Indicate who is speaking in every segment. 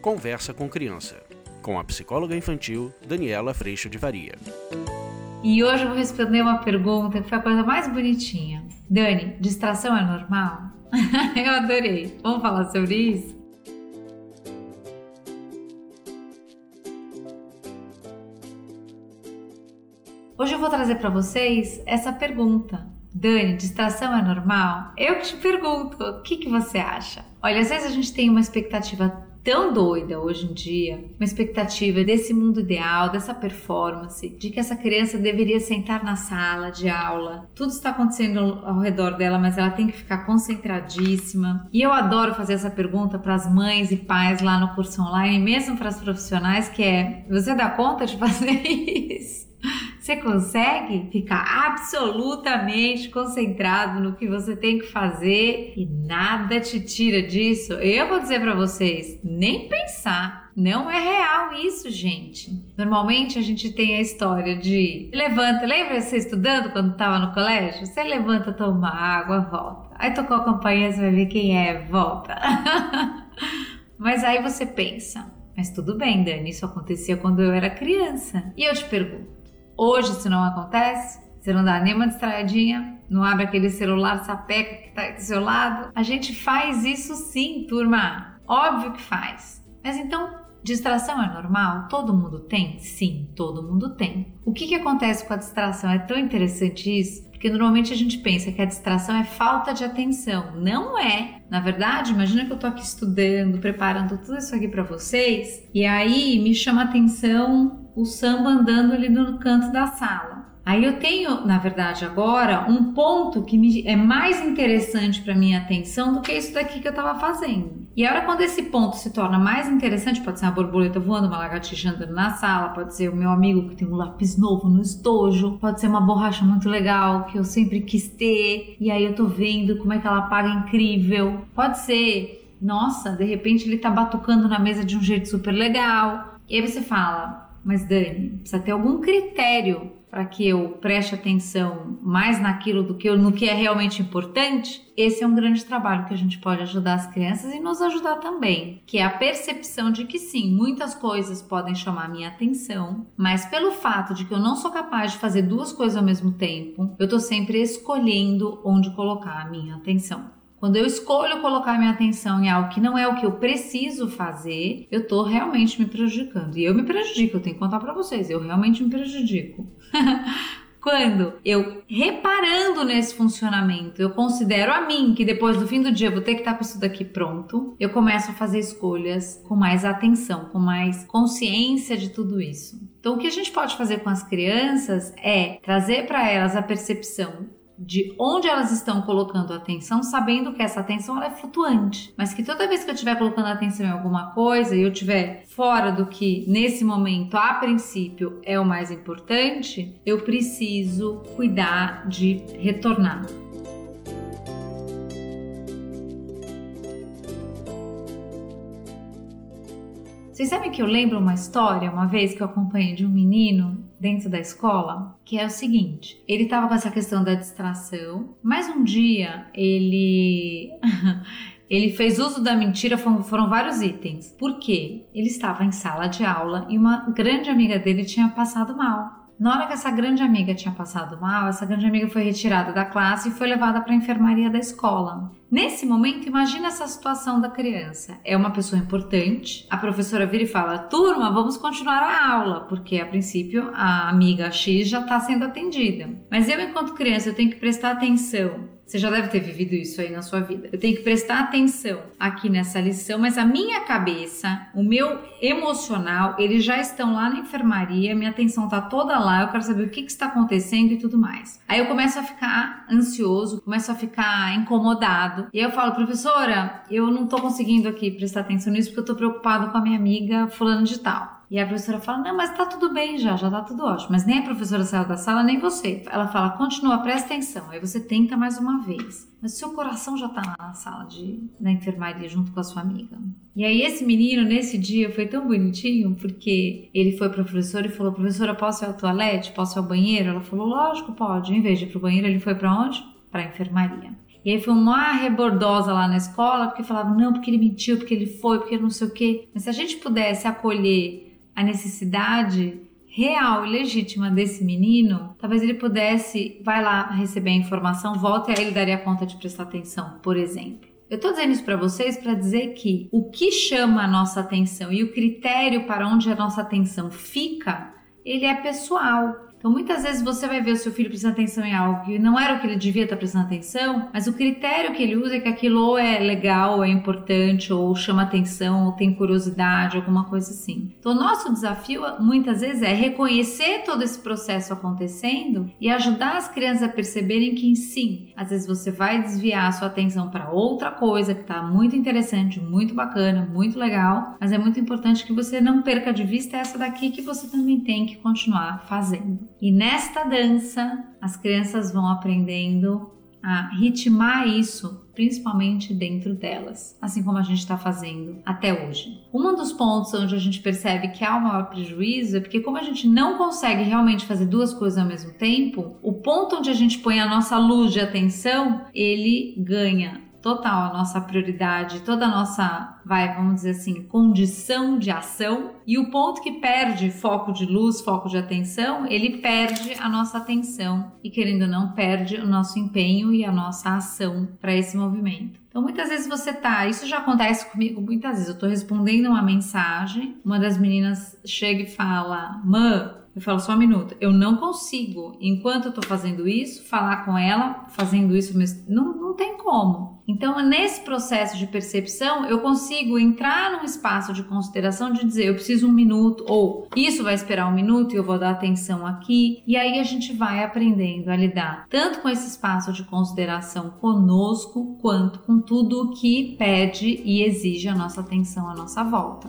Speaker 1: Conversa com Criança, com a psicóloga infantil Daniela Freixo de Varia.
Speaker 2: E hoje eu vou responder uma pergunta que foi a coisa mais bonitinha. Dani, distração é normal? Eu adorei. Vamos falar sobre isso? Hoje eu vou trazer para vocês essa pergunta. Dani, distração é normal? Eu que te pergunto, o que você acha? Olha, às vezes a gente tem uma expectativa tão doida hoje em dia, uma expectativa desse mundo ideal, dessa performance, de que essa criança deveria sentar na sala de aula, tudo está acontecendo ao redor dela, mas ela tem que ficar concentradíssima. E eu adoro fazer essa pergunta para as mães e pais lá no curso online, mesmo para as profissionais, que é: você dá conta de fazer isso? Você consegue ficar absolutamente concentrado no que você tem que fazer e nada te tira disso? Eu vou dizer para vocês, nem pensar. Não é real isso, gente. Normalmente a gente tem a história de levanta, lembra você estudando quando estava no colégio? Você levanta, toma água, volta. Aí tocou a campainha, você vai ver quem é, volta. Mas aí você pensa, mas tudo bem, Dani, isso acontecia quando eu era criança. E eu te pergunto, hoje isso não acontece? Você não dá nenhuma distraidinha? Não abre aquele celular sapeca que tá do seu lado? A gente faz isso sim, turma. Óbvio que faz. Mas então, distração é normal? Todo mundo tem? Sim, todo mundo tem. O que acontece com a distração? É tão interessante isso, porque normalmente a gente pensa que a distração é falta de atenção. Não é. Na verdade, imagina que eu tô aqui estudando, preparando tudo isso aqui para vocês, e aí me chama a atenção o samba andando ali no canto da sala. Aí eu tenho, na verdade, agora um ponto que é mais interessante para minha atenção do que isso daqui que eu estava fazendo. E a hora quando esse ponto se torna mais interessante, pode ser uma borboleta voando, uma lagartixa andando na sala, pode ser o meu amigo que tem um lápis novo no estojo, pode ser uma borracha muito legal que eu sempre quis ter, e aí eu tô vendo como é que ela apaga incrível. Pode ser, nossa, de repente ele tá batucando na mesa de um jeito super legal. E aí você fala, mas Dani, precisa ter algum critério para que eu preste atenção mais naquilo do que no que é realmente importante. Esse é um grande trabalho que a gente pode ajudar as crianças e nos ajudar também, que é a percepção de que sim, muitas coisas podem chamar a minha atenção, mas pelo fato de que eu não sou capaz de fazer duas coisas ao mesmo tempo, eu estou sempre escolhendo onde colocar a minha atenção. Quando eu escolho colocar minha atenção em algo que não é o que eu preciso fazer, eu tô realmente me prejudicando. E eu me prejudico, eu tenho que contar pra vocês, eu realmente me prejudico. Quando eu, reparando nesse funcionamento, eu considero a mim que depois do fim do dia eu vou ter que estar com isso daqui pronto, eu começo a fazer escolhas com mais atenção, com mais consciência de tudo isso. Então o que a gente pode fazer com as crianças é trazer para elas a percepção de onde elas estão colocando a atenção, sabendo que essa atenção ela é flutuante, mas que toda vez que eu estiver colocando atenção em alguma coisa e eu estiver fora do que nesse momento a princípio é o mais importante, eu preciso cuidar de retornar. Vocês sabem que eu lembro uma história, uma vez que eu acompanhei de um menino dentro da escola, que é o seguinte: ele estava com essa questão da distração, mas um dia ele fez uso da mentira, foram vários itens. Por quê? Ele estava em sala de aula e uma grande amiga dele tinha passado mal. Na hora que essa grande amiga tinha passado mal, essa grande amiga foi retirada da classe e foi levada para a enfermaria da escola. Nesse momento, imagina essa situação da criança. É uma pessoa importante, a professora vira e fala: turma, vamos continuar a aula, porque a princípio a amiga X já está sendo atendida. Mas eu, enquanto criança, eu tenho que prestar atenção. Você já deve ter vivido isso aí na sua vida. Eu tenho que prestar atenção aqui nessa lição, mas a minha cabeça, o meu emocional, eles já estão lá na enfermaria, minha atenção tá toda lá, eu quero saber o que está acontecendo e tudo mais. Aí eu começo a ficar ansioso, começo a ficar incomodado. E aí eu falo: professora, eu não tô conseguindo aqui prestar atenção nisso porque eu tô preocupado com a minha amiga fulano de tal. E a professora fala: não, mas tá tudo bem já tá tudo ótimo. Mas nem a professora saiu da sala, nem você. Ela fala: continua, presta atenção. Aí você tenta mais uma vez. Mas o seu coração já tá lá na sala da enfermaria junto com a sua amiga. E aí esse menino, nesse dia, foi tão bonitinho, porque ele foi pro professor e falou: professora, posso ir ao toalete? Posso ir ao banheiro? Ela falou: lógico, pode. Em vez de ir pro banheiro, ele foi pra onde? Pra enfermaria. E aí foi uma rebordosa lá na escola, porque falavam, não, porque ele mentiu, porque ele foi, porque não sei o quê. Mas se a gente pudesse acolher a necessidade real e legítima desse menino, talvez ele pudesse, vai lá receber a informação, volta e aí ele daria conta de prestar atenção, por exemplo. Eu tô dizendo isso para vocês para dizer que o que chama a nossa atenção e o critério para onde a nossa atenção fica, ele é pessoal. Então, muitas vezes você vai ver o seu filho prestando atenção em algo que não era o que ele devia estar prestando atenção, mas o critério que ele usa é que aquilo ou é legal, ou é importante, ou chama atenção, ou tem curiosidade, alguma coisa assim. Então, o nosso desafio, muitas vezes, é reconhecer todo esse processo acontecendo e ajudar as crianças a perceberem que, sim, às vezes você vai desviar a sua atenção para outra coisa que está muito interessante, muito bacana, muito legal, mas é muito importante que você não perca de vista essa daqui que você também tem que continuar fazendo. E nesta dança, as crianças vão aprendendo a ritmar isso, principalmente dentro delas, assim como a gente está fazendo até hoje. Um dos pontos onde a gente percebe que há um maior prejuízo é porque como a gente não consegue realmente fazer duas coisas ao mesmo tempo, o ponto onde a gente põe a nossa luz de atenção, ele ganha total a nossa prioridade, toda a nossa, vamos dizer assim, condição de ação. E o ponto que perde foco de luz, foco de atenção, ele perde a nossa atenção e, querendo ou não, perde o nosso empenho e a nossa ação para esse movimento. Então, muitas vezes isso já acontece comigo muitas vezes. Eu estou respondendo uma mensagem, uma das meninas chega e fala, mãe, eu falo só um minuto, eu não consigo, enquanto eu tô fazendo isso, falar com ela, fazendo isso mesmo, não tem como. Então, nesse processo de percepção, eu consigo entrar num espaço de consideração de dizer, eu preciso 1 minuto, ou isso vai esperar 1 minuto e eu vou dar atenção aqui. E aí a gente vai aprendendo a lidar tanto com esse espaço de consideração conosco, quanto com tudo o que pede e exige a nossa atenção à nossa volta.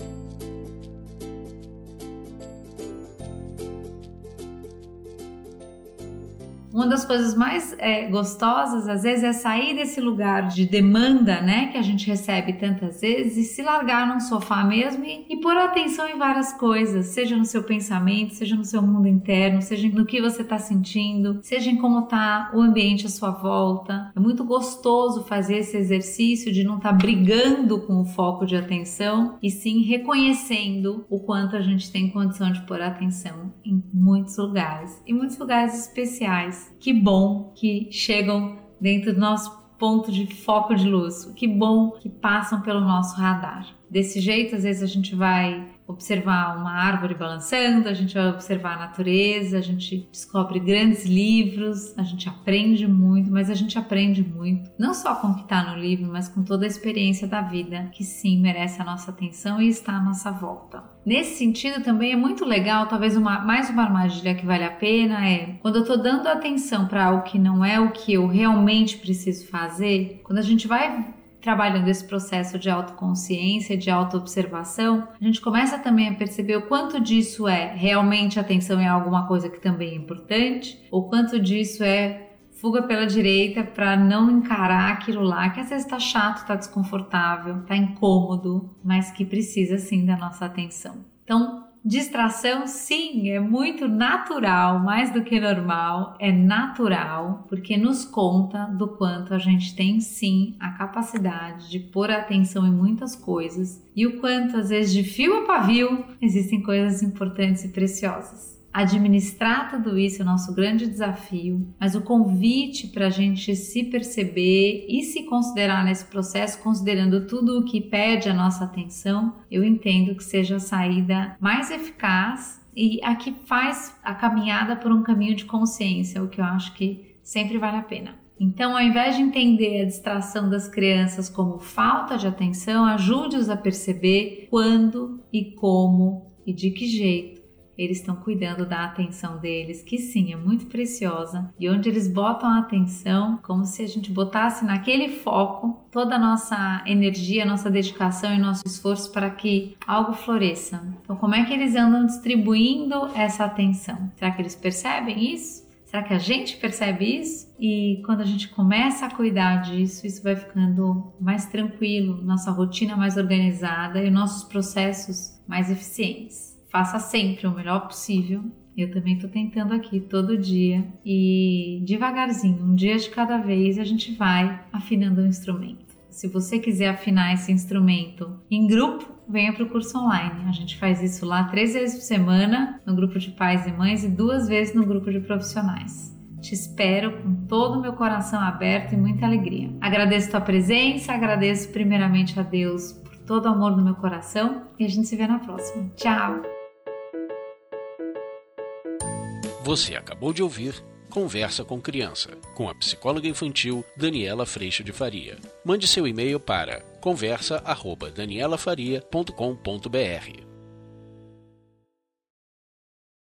Speaker 2: Uma das coisas mais gostosas, às vezes, é sair desse lugar de demanda, né, que a gente recebe tantas vezes e se largar num sofá mesmo e pôr atenção em várias coisas, seja no seu pensamento, seja no seu mundo interno, seja no que você está sentindo, seja em como está o ambiente à sua volta. É muito gostoso fazer esse exercício de não estar brigando com o foco de atenção e sim reconhecendo o quanto a gente tem condição de pôr atenção em muitos lugares e muitos lugares especiais. Que bom que chegam dentro do nosso ponto de foco de luz. Que bom que passam pelo nosso radar. Desse jeito, às vezes a gente vai observar uma árvore balançando, a gente vai observar a natureza, a gente descobre grandes livros, a gente aprende muito, mas a gente aprende muito, não só com o que está no livro, mas com toda a experiência da vida, que sim, merece a nossa atenção e está à nossa volta. Nesse sentido, também é muito legal, talvez mais uma armadilha que vale a pena quando eu estou dando atenção para algo que não é o que eu realmente preciso fazer, quando a gente vai trabalhando esse processo de autoconsciência, de autoobservação, a gente começa também a perceber o quanto disso é realmente atenção em alguma coisa que também é importante, ou quanto disso é fuga pela direita para não encarar aquilo lá que às vezes está chato, está desconfortável, está incômodo, mas que precisa sim da nossa atenção. Então, distração, sim, é muito natural, mais do que normal, é natural, porque nos conta do quanto a gente tem, sim, a capacidade de pôr atenção em muitas coisas e o quanto, às vezes, de fio a pavio, existem coisas importantes e preciosas. Administrar tudo isso é o nosso grande desafio, mas o convite para a gente se perceber e se considerar nesse processo, considerando tudo o que pede a nossa atenção, eu entendo que seja a saída mais eficaz e a que faz a caminhada por um caminho de consciência, o que eu acho que sempre vale a pena. Então, ao invés de entender a distração das crianças como falta de atenção, ajude-os a perceber quando e como e de que jeito eles estão cuidando da atenção deles, que sim, é muito preciosa, e onde eles botam a atenção, como se a gente botasse naquele foco toda a nossa energia, nossa dedicação e nosso esforço para que algo floresça. Então, como é que eles andam distribuindo essa atenção? Será que eles percebem isso? Será que a gente percebe isso? E quando a gente começa a cuidar disso, isso vai ficando mais tranquilo, nossa rotina mais organizada e nossos processos mais eficientes. Faça sempre o melhor possível Eu também estou tentando aqui todo dia e devagarzinho, um dia de cada vez, a gente vai afinando o instrumento. Se você quiser afinar esse instrumento em grupo, venha para o curso online. A gente faz isso lá 3 vezes por semana no grupo de pais e mães e 2 vezes no grupo de profissionais. Te espero com todo o meu coração aberto e muita alegria. Agradeço tua presença, agradeço primeiramente a Deus por todo o amor no meu coração e a gente se vê na próxima. Tchau!
Speaker 1: Você acabou de ouvir Conversa com Criança, com a psicóloga infantil Daniela Freixo de Faria. Mande seu e-mail para conversa@danielafaria.com.br.